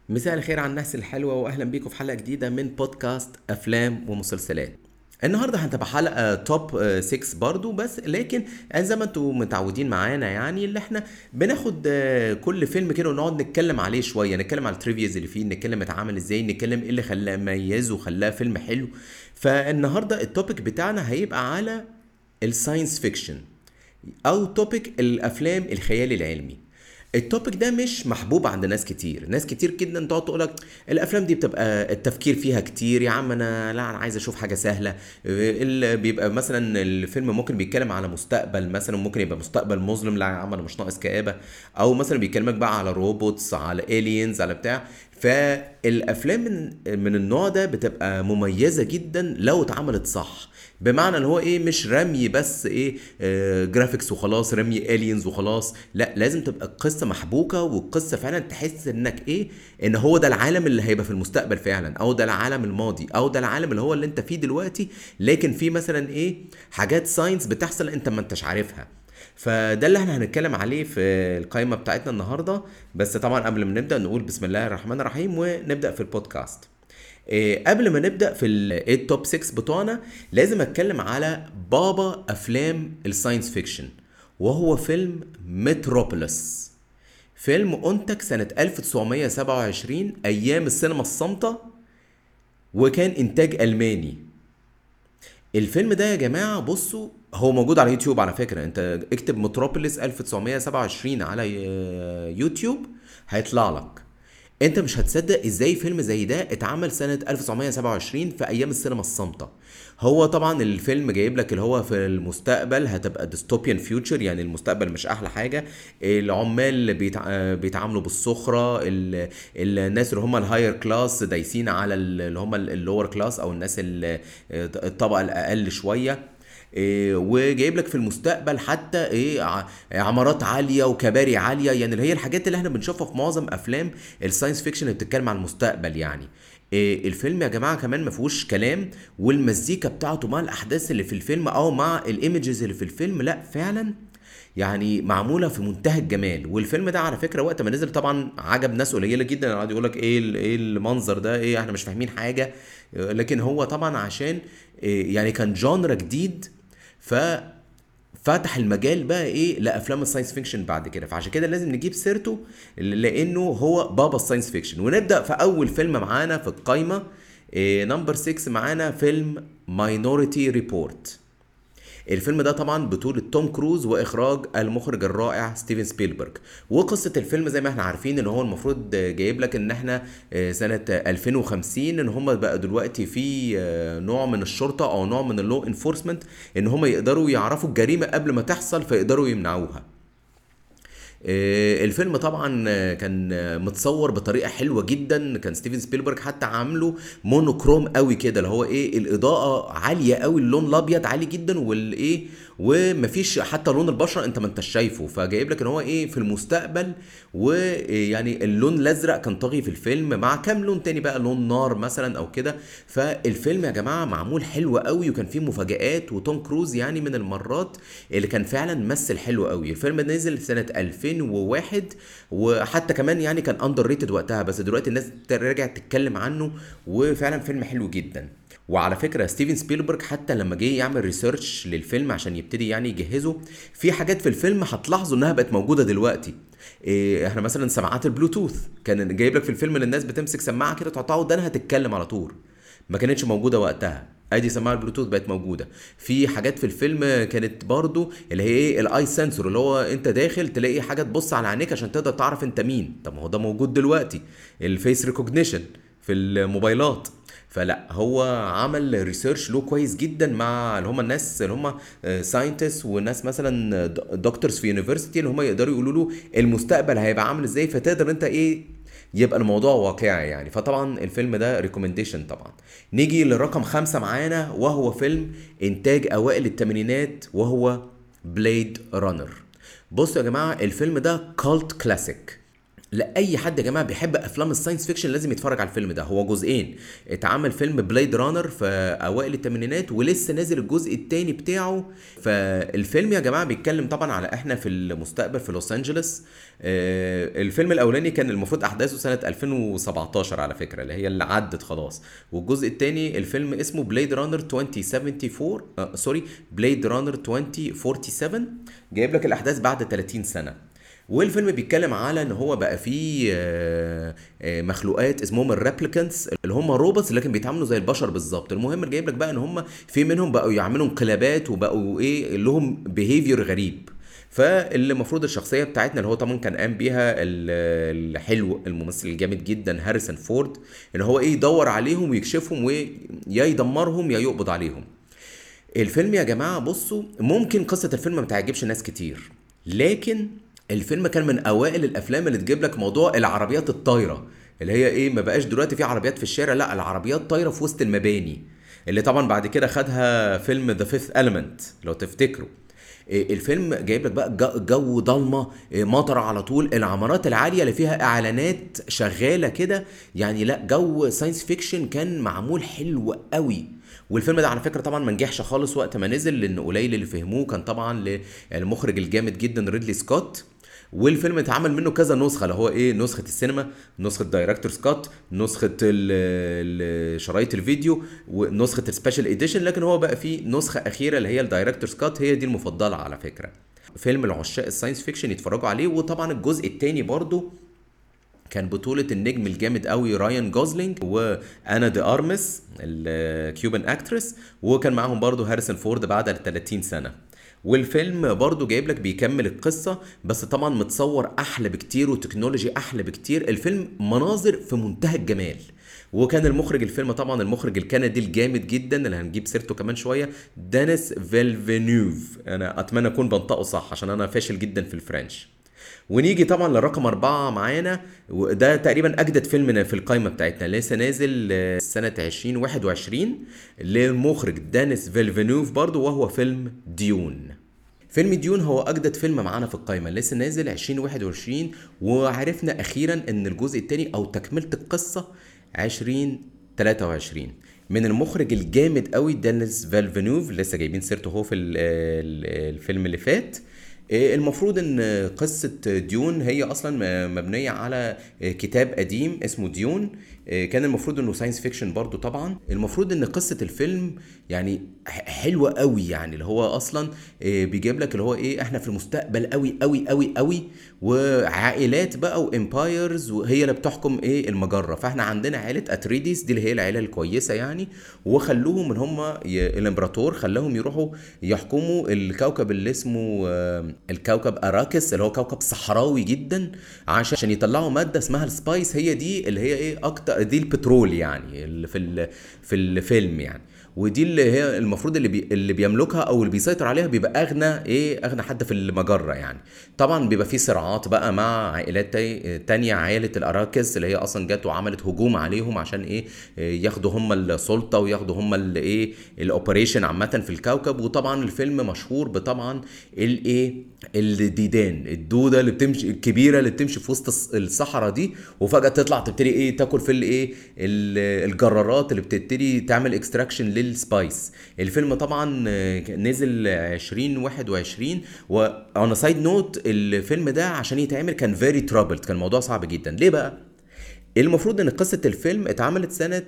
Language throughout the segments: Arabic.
مساء الخير على الناس الحلوة وأهلا بيكم في حلقة جديدة من بودكاست أفلام ومسلسلات. النهاردة هتبقى حلقة توب 6 برضو، بس لكن زي ما انتم متعودين معانا، يعني اللي احنا بناخد كل فيلم كده ونقعد نتكلم عليه شوية، نتكلم على التريفيز اللي فيه، نتكلم اتعامل ازاي، نتكلم ايه اللي خلاه مميز وخلاه فيلم حلو. فالنهاردة التوبيك بتاعنا هيبقى على الساينس فيكشن او توبيك الافلام الخيال العلمي. التوبيك ده مش محبوب عند ناس كتير، ناس كتير جدا تقعد تقولك الافلام دي بتبقى التفكير فيها كتير، يا عم انا عايز اشوف حاجه سهله. اللي بيبقى مثلا الفيلم ممكن بيتكلم على مستقبل، مثلا ممكن يبقى مستقبل مظلم، لا يا عم انا مش ناقص كآبه. او مثلا بيكلمك بقى على روبوتس، على الينز، على بتاع. فالافلام من النوع ده بتبقى مميزه جدا لو اتعملت صح. بمعنى ان هو ايه، مش رمي بس ايه، جرافيكس وخلاص، رمي الينز وخلاص. لا، لازم تبقى القصه محبوكه، والقصه فعلا تحس انك ايه، ان هو ده العالم اللي هيبقى في المستقبل فعلا، او ده العالم الماضي، او ده العالم اللي هو اللي انت فيه دلوقتي. لكن في مثلا ايه، حاجات ساينس بتحصل انت ما انتش عارفها. فده اللي احنا هنتكلم عليه في القائمه بتاعتنا النهارده. بس طبعا قبل ما نبدا نقول بسم الله الرحمن الرحيم ونبدا في البودكاست. قبل ما نبدأ في التوب 6 بتوعنا، لازم اتكلم على بابا افلام الساينس فيكشن، وهو فيلم متروبوليس. فيلم انتج سنة 1927 ايام السينما الصامتة، وكان انتاج الماني. الفيلم ده يا جماعة بصوا، هو موجود على يوتيوب على فكرة. انت اكتب متروبوليس 1927 على يوتيوب هيطلع لك. انت مش هتصدق ازاي فيلم زي ده اتعمل سنة 1927 في ايام السينما الصامتة. هو طبعا الفيلم جايب لك اللي هو في المستقبل هتبقى ديستوبيان فيوتشر، يعني المستقبل مش احلى حاجة. العمال بيتعاملوا بالسخرة، الناس اللي هم الهاير كلاس دايسين على اللي هم اللور كلاس، او الناس الطبقة الاقل شوية. وجايب لك في المستقبل حتى ايه، عمارات عاليه وكباري عاليه، يعني اللي هي الحاجات اللي احنا بنشوفها في معظم افلام الساينس فيكشن اللي بتتكلم عن المستقبل يعني. الفيلم يا جماعه كمان ما فيهوش كلام، والمزيكا بتاعته مع الاحداث اللي في الفيلم او مع الايمجز اللي في الفيلم، لا فعلا يعني معموله في منتهى الجمال. والفيلم ده على فكره وقت ما نزل طبعا عجب ناس قليله جدا، قاعد يقول لك ايه ايه المنظر ده، ايه احنا مش فاهمين حاجه. لكن هو طبعا عشان يعني كان جانرا جديد، ففتح المجال بقى ايه لافلام الساينس فيكشن بعد كده. فعشان كده لازم نجيب سيرته، لانه هو بابا الساينس فيكشن. ونبدا في اول فيلم معانا في القايمه. نمبر 6 معانا فيلم ماينوريتي ريبورت. الفيلم ده طبعا بطولة توم كروز واخراج المخرج الرائع ستيفن سبيلبرج. وقصة الفيلم زي ما احنا عارفين ان هو المفروض جايب لك ان احنا سنة 2050 ان هم بقى دلوقتي في نوع من الشرطة او نوع من اللو انفورسمنت، ان هم يقدروا يعرفوا الجريمة قبل ما تحصل فيقدروا يمنعوها. الفيلم طبعا كان متصور بطريقه حلوه جدا. كان ستيفن سبيلبرج حتى عامله مونوكروم قوي كده، اللي هو ايه، الاضاءه عاليه قوي، اللون الابيض عالي جدا، والايه، ومفيش حتى لون البشره انت ما انتش شايفه. فجايب لك ان هو ايه في المستقبل، ويعني اللون الازرق كان طاغي في الفيلم مع كام لون تاني بقى، لون نار مثلا او كده. فالفيلم يا جماعه معمول حلو قوي، وكان فيه مفاجآت، وتوم كروز يعني من المرات اللي كان فعلا ممثل حلو قوي. الفيلم نزل سنة 2001، وحتى كمان يعني كان اندر ريتد وقتها، بس دلوقتي الناس رجعت تتكلم عنه، وفعلا فيلم حلو جدا. وعلى فكرة ستيفن سبيلبرج حتى لما جه يعمل ريسيرش للفيلم عشان يبتدي يعني يجهزه، في حاجات في الفيلم هتلاحظوا انها بقت موجودة دلوقتي. إيه، احنا مثلا سماعات البلوتوث كان جايب لك في الفيلم اللي الناس بتمسك سماعة كده تقطعه ودانها تتكلم على طول، ما كانتش موجوده وقتها. ادي سماعه البلوتوث بقت موجوده. في حاجات في الفيلم كانت برضو اللي هي ايه، الاي سنسور، اللي هو انت داخل تلاقي حاجه تبص على عينيك عشان تقدر تعرف انت مين. طب ما هو ده موجود دلوقتي. الفيس ريكوجنيشن في الموبايلات. فلا، هو عمل ريسيرش له كويس جدا مع اللي هم الناس اللي هم ساينتست، وناس مثلا دكتورز في يونيفرسيتي، اللي هم يقدروا يقولوا له المستقبل هيبقى عامل ازاي، فتقدر انت ايه، يبقى الموضوع واقعي يعني. فطبعا الفيلم ده ريكومنديشن طبعا. نيجي للرقم 5 معانا، وهو فيلم انتاج اوائل الثمانينات، وهو بليد رانر. بصوا يا جماعة، الفيلم ده كولت كلاسيك. لاي حد يا جماعه بيحب افلام الساينس فيكشن لازم يتفرج على الفيلم ده. هو جزئين، اتعمل فيلم بلايد رانر في اوائل الثمانينات ولسه نازل الجزء الثاني بتاعه. فالفيلم يا جماعه بيتكلم طبعا على احنا في المستقبل في لوس انجلوس. الفيلم الاولاني كان المفروض احداثه سنه 2017 على فكره، اللي عدت خلاص. والجزء الثاني الفيلم اسمه بلايد رانر 2074 سوري بلايد رانر 2047، جايب لك الاحداث بعد 30 سنه. والفيلم بيتكلم على ان هو بقى فيه مخلوقات اسمهم الريبليكانتس، اللي هم روبوتس لكن بيتعاملوا زي البشر بالظبط. المهم جايب لك بقى ان هم في منهم بقوا يعملوا انقلابات وبقوا ايه لهم بيهيفير غريب. فاللي المفروض الشخصيه بتاعتنا اللي هو طبعا كان قام بيها الحلو الممثل الجامد جدا هاريسون فورد، ان هو ايه يدور عليهم ويكشفهم ويا يدمرهم يا يقبض عليهم. الفيلم يا جماعه بصوا، ممكن قصه الفيلم ما تعجبش ناس كتير، لكن الفيلم كان من اوائل الافلام اللي تجيب لك موضوع العربيات الطايره، اللي هي ايه ما بقاش دلوقتي في عربيات في الشارع، لا العربيات طايره في وسط المباني، اللي طبعا بعد كده خدها فيلم ذا فيفث إليمنت لو تفتكروا. الفيلم جايب لك بقى جو ضلمه، مطر على طول، العمارات العاليه اللي فيها اعلانات شغاله كده، يعني لا جو ساينس فيكشن كان معمول حلو قوي. والفيلم ده على فكره طبعا ما نجحش خالص وقت ما نزل، لان قليل اللي فهموه. كان طبعا للمخرج الجامد جدا ريدلي سكوت، والفيلم اتعمل منه كذا نسخه، اللي هو ايه نسخه السينما، نسخه دايركتور سكوت، نسخه شرايط الفيديو، ونسخه السبيشال اديشن. لكن هو بقى فيه نسخه اخيره اللي هي الدايركتور سكوت، هي دي المفضله على فكره. فيلم العشاق الساينس فيكشن يتفرجوا عليه. وطبعا الجزء الثاني برضو كان بطولة النجم الجامد قوي رايان جوزلينج وانا دي ارمس الكيوبان اكترس، وكان معاهم برضو هاريسون فورد بعد 30 سنة. والفيلم برضو جايب لك بيكمل القصة، بس طبعا متصور احلى بكتير وتكنولوجي احلى بكتير. الفيلم مناظر في منتهى الجمال. وكان المخرج الفيلم طبعا المخرج الكندي الجامد جدا اللي هنجيب سيرته كمان شوية، دانيس فيلفينيوف. انا اتمنى اكون بنطقه صح عشان انا فاشل جدا في الفرنش. ونيجي طبعا للرقم 4 معانا، وده تقريبا أجدد فيلم في القائمة بتاعتنا، لسه نازل سنة 2021 للمخرج دانيس فيلفينوف برضو، وهو فيلم ديون. فيلم ديون هو أجدد فيلم معانا في القائمة، لسه نازل 2021، وعرفنا أخيرا أن الجزء الثاني أو تكملة القصة 2023 من المخرج الجامد قوي دانيس فيلفينوف، لسه جايبين سيرته هو في الفيلم اللي فات. المفروض ان قصة ديون هي اصلا مبنية على كتاب قديم اسمه ديون، كان المفروض انه ساينس فيكشن برضو. طبعا المفروض ان قصة الفيلم يعني حلوة قوي، يعني اللي هو اصلا بيجيب لك اللي هو ايه احنا في المستقبل قوي قوي قوي قوي، وعائلات بقى وامبايرز وهي اللي بتحكم ايه المجرة. فاحنا عندنا عائلة اتريديس دي اللي هي العائلة الكويسة يعني، وخلوهم ان هم الامبراطور خلاهم يروحوا يحكموا الكوكب اللي اسمه الكوكب اراكس، اللي هو كوكب صحراوي جدا، عشان يطلعوا ماده اسمها السبايس، هي دي اللي هي ايه اكتر دي البترول يعني اللي في الفيلم يعني. ودي اللي هي المفروض اللي بيملكها او اللي بيسيطر عليها بيبقى اغنى حد في المجره يعني. طبعا بيبقى في صراعات بقى مع عائلات تانية، عائله الاراكس اللي هي اصلا جت وعملت هجوم عليهم عشان ايه ياخدوا هم السلطه وياخدوا هم الايه الاوبريشن عامه في الكوكب. وطبعا الفيلم مشهور بطبعا الايه الديدان، الدوده اللي بتمشي الكبيره اللي بتمشي في وسط الصحراء دي، وفجاه تطلع تبتدي ايه تاكل في الايه الجرارات اللي بتبتدي تعمل اكستراكشن للسبايس. الفيلم طبعا نزل 2021، وانا سايد نوت الفيلم ده عشان يتعمل كان فيري ترابلد، كان الموضوع صعب جدا. ليه بقى؟ المفروض ان قصة الفيلم اتعملت سنة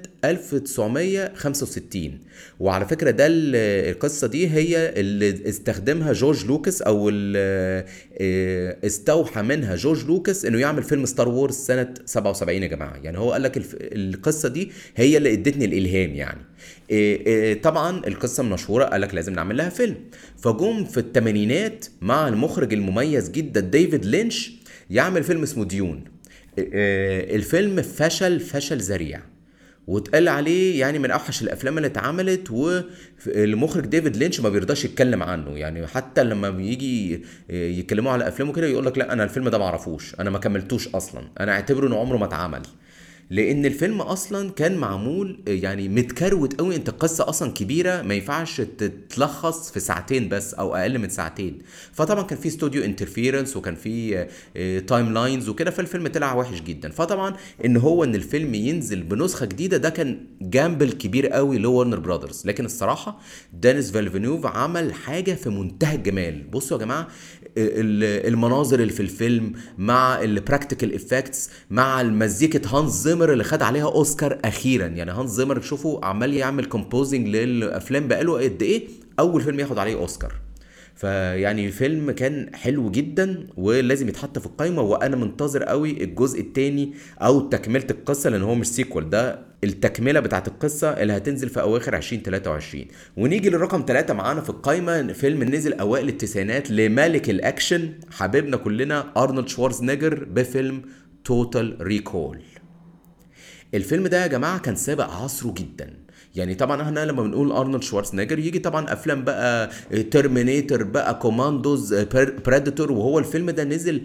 1965، وعلى فكرة ده القصة دي هي اللي استخدمها جورج لوكاس، او اللي استوحى منها جورج لوكاس انه يعمل فيلم ستار وورز سنة 77 يا جماعة. يعني هو قالك القصة دي هي اللي ادتني الالهام يعني. طبعا القصة مشهورة، قالك لازم نعمل لها فيلم، فجم في الثمانينات مع المخرج المميز جدا ديفيد لينش يعمل فيلم اسمه ديون. الفيلم فشل ذريع، واتقال عليه يعني من اوحش الافلام اللي اتعملت، والمخرج ديفيد لينش ما بيرضاش يتكلم عنه يعني. حتى لما بيجي يتكلموا على افلامه كده يقول لك لا انا الفيلم ده ما اعرفوش، انا ما كملتوش اصلا، انا اعتبره انه عمره ما اتعمل. لان الفيلم اصلا كان معمول يعني متكروت قوي. انت القصه اصلا كبيره، ما ينفعش تتلخص في ساعتين بس او اقل من ساعتين. فطبعا كان في استوديو انترفيرنس وكان في تايم لاينز وكده، فالفيلم طلع وحش جدا. فطبعا ان الفيلم ينزل بنسخه جديده ده كان جامبل كبير قوي لورنر براذرز. لكن الصراحه دانيس فالفينيوف عمل حاجه في منتهى الجمال. بصوا يا جماعه، المناظر اللي في الفيلم مع البراكتيكال افكتس مع المزيكة هانس زيمر اللي خد عليها اوسكار اخيرا. يعني هانس زيمر شوفوا عمال يعمل كومبوزنج للافلام بقاله قد ايه، اول فيلم ياخد عليه اوسكار. فيعني فيلم كان حلو جدا ولازم يتحط في القائمه. وانا منتظر قوي الجزء الثاني او تكمله القصه، لان هو مش سيكوال، ده التكمله بتاعت القصه اللي هتنزل في اواخر 2023. ونيجي للرقم 3 معانا في القائمه، فيلم نزل اوائل التسعينات لملك الاكشن حبيبنا كلنا ارنولد شوارزنيجر بفيلم توتال ريكول. الفيلم ده يا جماعه كان سابق عصره جدا. يعني طبعا احنا لما بنقول ارنولد شوارزنيجر يجي طبعا افلام بقى ترمينيتور بقى، كوماندوز، بريداتور، وهو الفيلم ده نزل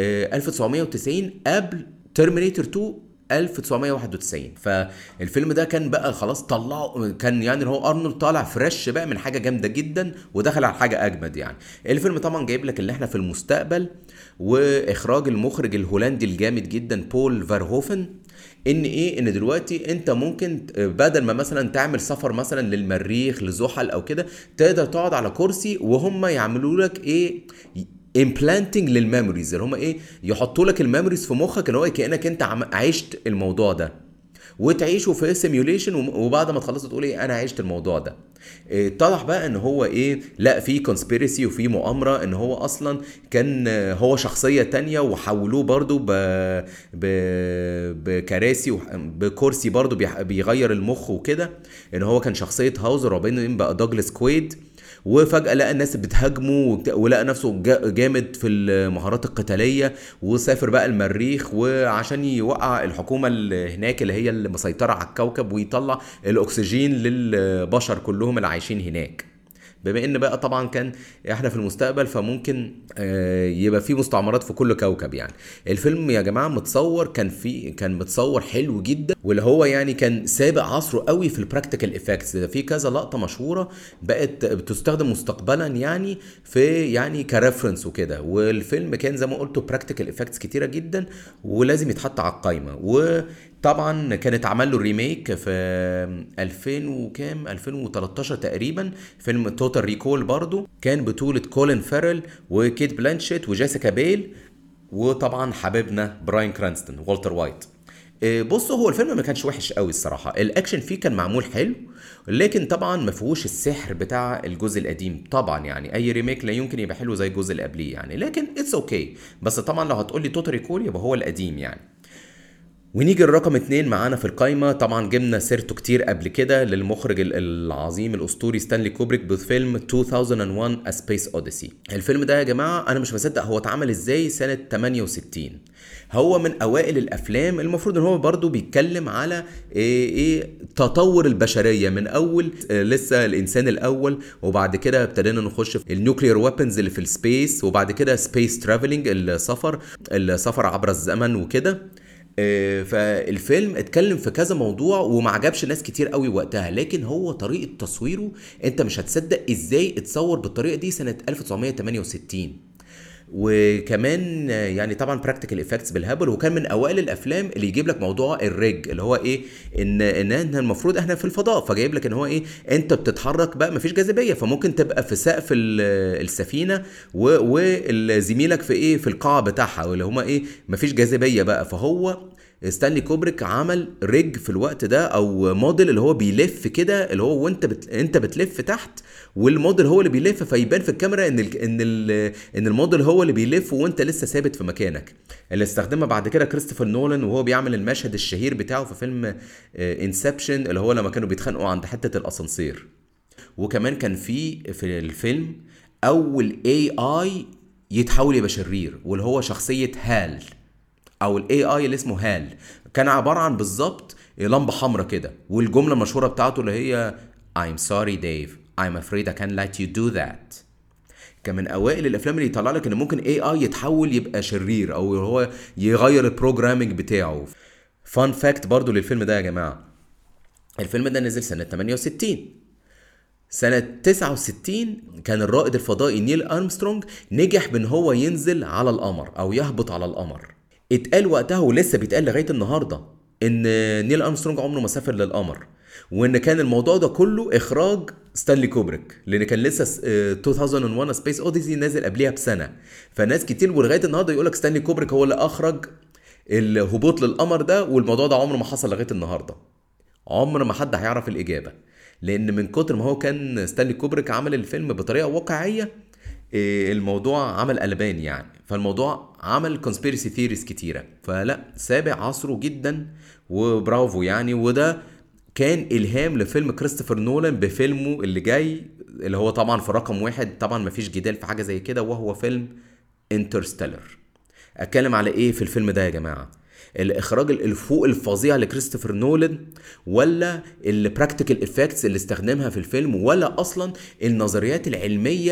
1990 قبل ترمينيتور 2 1991. فالفيلم ده كان بقى خلاص طلعه، كان يعني هو ارنولد طالع فريش بقى من حاجه جامده جدا ودخل على حاجه اجمد. يعني الفيلم طبعا جايب لك اللي احنا في المستقبل، واخراج المخرج الهولندي الجامد جدا بول فارهوفن. ان دلوقتي انت ممكن بدل ما مثلا تعمل سفر مثلا للمريخ لزحل او كده، تقدر تقعد على كرسي وهم يعملوا لك ايه، امبلانتنج للميموريز، اللي هم ايه، يحطوا لك الميموريز في مخك اللي هو كانك انت عشت الموضوع ده، وتعيشه في سيميوليشن، وبعد ما تخلص تقول ايه انا عشت الموضوع ده. اتضح بقى ان هو ايه، لا في كونسبيرسي وفي مؤامره، ان هو اصلا كان هو شخصيه تانية وحولوه برضو ب... بكراسي بكرسي برضو بيغير المخ وكده، ان هو كان شخصيه هاوزر وبعدين بقى دوجلاس كويد. وفجأة لقى الناس بتهاجمه ولقى نفسه جامد في المهارات القتالية، وسافر بقى المريخ وعشان يوقع الحكومة اللي هناك اللي هي اللي مسيطرة على الكوكب، ويطلع الأكسجين للبشر كلهم اللي عايشين هناك. بما ان بقى طبعا كان احنا في المستقبل، فممكن يبقى في مستعمرات في كل كوكب. يعني الفيلم يا جماعه متصور كان متصور حلو جدا، واللي هو يعني كان سابق عصره قوي في البراكتيكال افكتس. في كذا لقطه مشهوره بقت بتستخدم مستقبلا يعني في يعني كريفرنس وكده. والفيلم كان زي ما قلت براكتيكال افكتس كتيره جدا ولازم يتحط على القائمه. طبعا كانت عمل له ريميك في 2000 وكام 2013 تقريبا، فيلم توتال ريكول برضو، كان بطولة كولين فيرل وكيت بلانشيت وجيسيكا بيل، وطبعا حبيبنا براين كرانستون والتر وايت. بصوا هو الفيلم ما كانش وحش قوي الصراحة، الاكشن فيه كان معمول حلو، لكن طبعا ما فيهوش السحر بتاع الجزء القديم. طبعا يعني اي ريميك لا يمكن يبقى حلو زي الجزء اللي قبليه يعني، لكن اتس اوكي. بس طبعا لو هتقولي توتال ريكول يبقى هو القديم يعني. ونيجي الرقم 2 معانا في القايمة، طبعا جبنا سيرته كتير قبل كده، للمخرج العظيم الأسطوري ستانلي كوبريك بفيلم 2001 A Space Odyssey. الفيلم ده يا جماعة أنا مش مصدق هو اتعمل إزاي سنة 68. هو من أوائل الأفلام، المفروض إن هو برضو بيتكلم على إيه تطور البشرية من أول لسه الإنسان الأول، وبعد كده ابتدينا نخش في النيوكلير ويبنز اللي في السبيس، وبعد كده سبيس ترافلينج، السفر عبر الزمن وكده. فالفيلم اتكلم في كذا موضوع وما عجبش ناس كتير قوي وقتها، لكن هو طريقة تصويره انت مش هتصدق ازاي اتصور بالطريقة دي سنة 1968. وكمان يعني طبعا براكتيكال افكتس بالهبل، وكان من اوائل الافلام اللي يجيب لك موضوع الريج اللي هو ايه، ان المفروض احنا في الفضاء، فجايب لك ان هو ايه، انت بتتحرك بقى مفيش جاذبيه، فممكن تبقى في سقف السفينه وزميلك في ايه، في القاع بتاعها، واللي هما ايه مفيش جاذبيه بقى. فهو ستانلي كوبريك عمل ريج في الوقت ده او موديل اللي هو بيلف كده، اللي هو وانت انت بتلف تحت والموديل هو اللي بيلف، فيبان في الكاميرا ان الموديل هو اللي بيلف وانت لسه ثابت في مكانك. اللي استخدمها بعد كده كريستوفر نولان وهو بيعمل المشهد الشهير بتاعه في فيلم انسبشن، اللي هو لما كانوا بيتخانقوا عند حتة الاسانسير. وكمان كان في الفيلم اول AI يتحول يبقى شرير، واللي هو شخصية هال او الاي اي اللي اسمه هال، كان عباره عن بالظبط لمبه حمراء كده، والجمله المشهوره بتاعته اللي هي I'm sorry Dave I'm afraid I can't let you do that. كان من اوائل الافلام اللي يطلع لك ان ممكن اي اي يتحول يبقى شرير او هو يغير البروجرامينج بتاعه. فان فاكت برضو للفيلم ده يا جماعة، الفيلم ده نزل سنة 68. سنة 69 كان الرائد الفضائي نيل أرمسترونج نجح بان هو ينزل على القمر او يهبط على القمر. اتقال وقتها ولسه بيتقال لغاية النهاردة ان نيل أرمسترونج عمره ما سافر للقمر، وان كان الموضوع ده كله اخراج ستانلي كوبريك، لان كان لسه 2001 سبيس اوديسي نازل قبلها بسنة. فناس كتير ولغاية النهاردة يقولك ستانلي كوبريك هو اللي اخرج الهبوط للقمر ده، والموضوع ده عمره ما حصل لغاية النهاردة. عمر ما حد هيعرف الإجابة، لأن من كتر ما هو كان ستانلي كوبريك عمل الفيلم بطريقة واقعية، الموضوع عمل قلبان يعني، فالموضوع عمل كونسبيرسي ثيريز كتيرة، فلا سابع عصره جدا وبرافو يعني. وده كان إلهام لفيلم كريستوفر نولان بفيلمه اللي جاي، اللي هو طبعا في رقم واحد، طبعا مفيش جدال في حاجة زي كده، وهو فيلم انترستيلر. اتكلم على ايه في الفيلم ده يا جماعه؟ الاخراج الفوق الفظيع لكريستوفر نولان، ولا البراكتيكال افكتس اللي استخدمها في الفيلم، ولا اصلا النظريات العلميه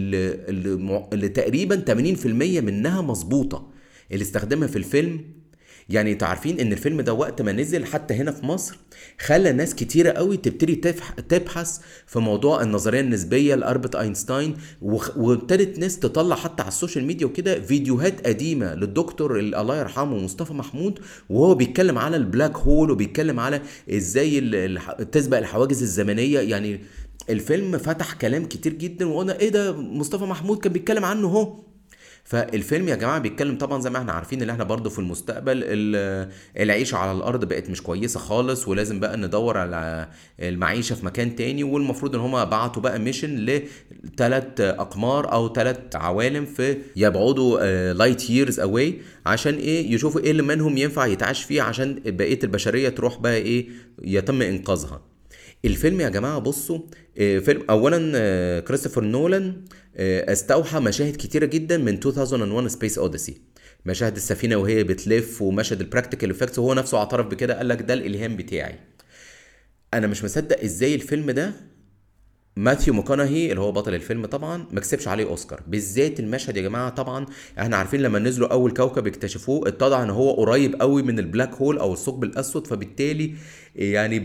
اللي تقريبا 80% منها مظبوطه اللي استخدمها في الفيلم. يعني تعرفين ان الفيلم ده وقت ما نزل حتى هنا في مصر خلى ناس كتيرة قوي تبتدي تبحث في موضوع النظرية النسبية لألبرت اينشتاين، وابتدت ناس تطلع حتى على السوشيال ميديا وكده فيديوهات قديمة للدكتور الله يرحمه مصطفى محمود، وهو بيتكلم على البلاك هول، وبيتكلم على ازاي تسبق الحواجز الزمنية يعني. الفيلم فتح كلام كتير جدا، وقلنا ايه ده، مصطفى محمود كان بيتكلم عنه هو. فالفيلم يا جماعه بيتكلم طبعا زي ما احنا عارفين ان احنا برضو في المستقبل العيشه على الارض بقت مش كويسه خالص، ولازم بقى ندور على المعيشه في مكان تاني، والمفروض ان هما بعتوا بقى ميشن لثلاث اقمار او ثلاث عوالم في يبعدوا لايت ييرز اواي، عشان ايه؟ يشوفوا ايه اللي منهم ينفع يتعاش فيه عشان بقيه البشريه تروح بقى ايه، يتم انقاذها. الفيلم يا جماعة بصوا، فيلم أولا كريستوفر نولان استوحى مشاهد كتيرة جدا من 2001 سبيس اوديسي، مشاهد السفينة وهي بتلف، ومشهد البراكتيكال افكتس، وهو نفسه اعترف بكده، قال لك ده الإلهام بتاعي. أنا مش مصدق إزاي الفيلم ده ماثيو ماكونهي اللي هو بطل الفيلم طبعا ما كسبش عليه اوسكار، بالذات المشهد يا جماعه. طبعا احنا عارفين لما نزلوا اول كوكب اكتشفوه اتضح ان هو قريب قوي من البلاك هول او الثقب الاسود، فبالتالي يعني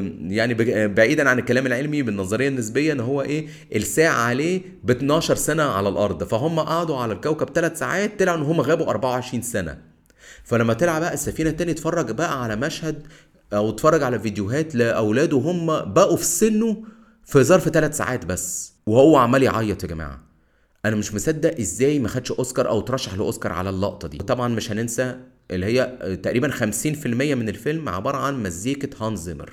بعيدا عن الكلام العلمي بالنظريه النسبيه ان هو ايه، الساعه عليه ب 12 سنه على الارض، فهم قعدوا على الكوكب 3 ساعات، طلع ان هم غابوا 24 سنه. فلما طلع بقى السفينه التاني اتفرج بقى على مشهد او اتفرج على فيديوهات لاولاده هم بقوا في سنه في ظرف 3 ساعات بس، وهو عمال يعيط يا جماعه. انا مش مصدق ازاي ما خدش اوسكار او ترشح لاوسكار على اللقطه دي. طبعا مش هننسى اللي هي تقريبا 50% من الفيلم عباره عن مزيكه هانز زيمر.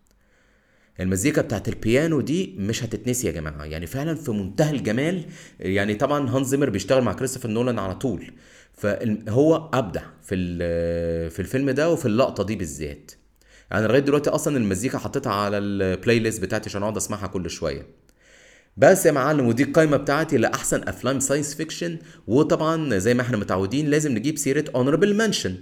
المزيكا بتاعت البيانو دي مش هتتنسي يا جماعه، يعني فعلا في منتهى الجمال. يعني طبعا هانز زيمر بيشتغل مع كريستوفر نولان على طول، فهو ابدع في الفيلم ده وفي اللقطه دي بالذات. انا لغايه دلوقتي اصلا المزيكا حطيتها على البلاي ليست بتاعتي عشان اقعد اسمعها كل شويه. بس يا معلم، ودي القايمه بتاعتي لاحسن افلام ساينس فيكشن، وطبعا زي ما احنا متعودين لازم نجيب سيره اونربل منشن.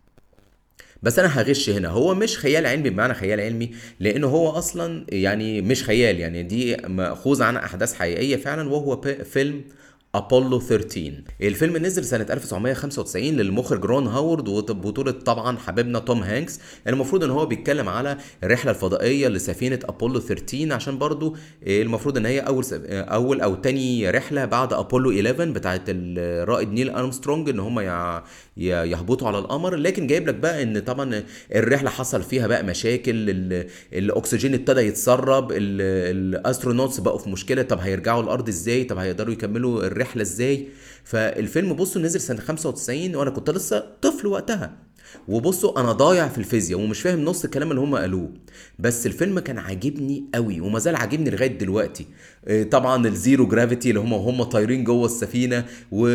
بس انا هغش هنا، هو مش خيال علمي بمعنى خيال علمي، لانه هو اصلا يعني مش خيال، يعني دي ماخوذ عن احداث حقيقيه فعلا، وهو فيلم ابولو 13. الفيلم نزل سنه 1995 للمخرج رون هاورد، وبطوله طبعا حبيبنا توم هانكس. المفروض ان هو بيتكلم على الرحله الفضائيه لسفينه ابولو 13، عشان برضو المفروض ان هي اول او تاني رحله بعد ابولو 11 بتاعه الرائد نيل ارمسترونج ان هم يهبطوا على القمر. لكن جايب لك بقى ان طبعا الرحله حصل فيها بقى مشاكل، الاكسجين ابتدى يتسرب، الاسترونوتس بقوا في مشكله، طب هيرجعوا الارض ازاي، طب هيقدروا يكملوا الرحله ازاي. فالفيلم بصوا نزل سنه 95 وانا كنت لسه طفل وقتها، وبصوا انا ضايع في الفيزياء ومش فاهم نص الكلام اللي هم قالوه، بس الفيلم كان عاجبني قوي وما زال عاجبني لغايه دلوقتي. طبعا الزيرو جرافيتي اللي هم طايرين جوه السفينه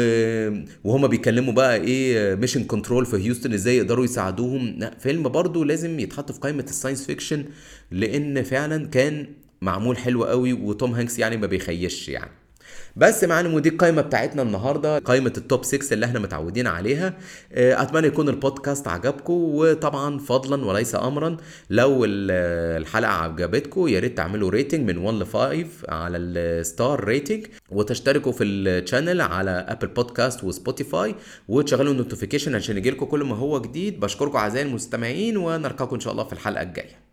وهم بيكلموا بقى ايه ميشن كنترول في هيوستن ازاي يقدروا يساعدوهم. لا فيلم برضو لازم يتحط في قائمه الساينس فيكشن، لان فعلا كان معمول حلو قوي، وتوم هانكس يعني ما بيخيش يعني. بس معانا ودي القائمه بتاعتنا النهارده، قائمه التوب 6 اللي احنا متعودين عليها. اتمنى يكون البودكاست عجبكم، وطبعا فضلا وليس امرا لو الحلقه عجبتكم يا ريت تعملوا ريتنج من 1 ل 5 على الستار ريتنج، وتشتركوا في الشانل على ابل بودكاست وسبوتيفاي، وتشغلوا النوتيفيكيشن عشان يجيلكم كل ما هو جديد. بشكركم اعزائي المستمعين، ونلقاكم ان شاء الله في الحلقه الجايه.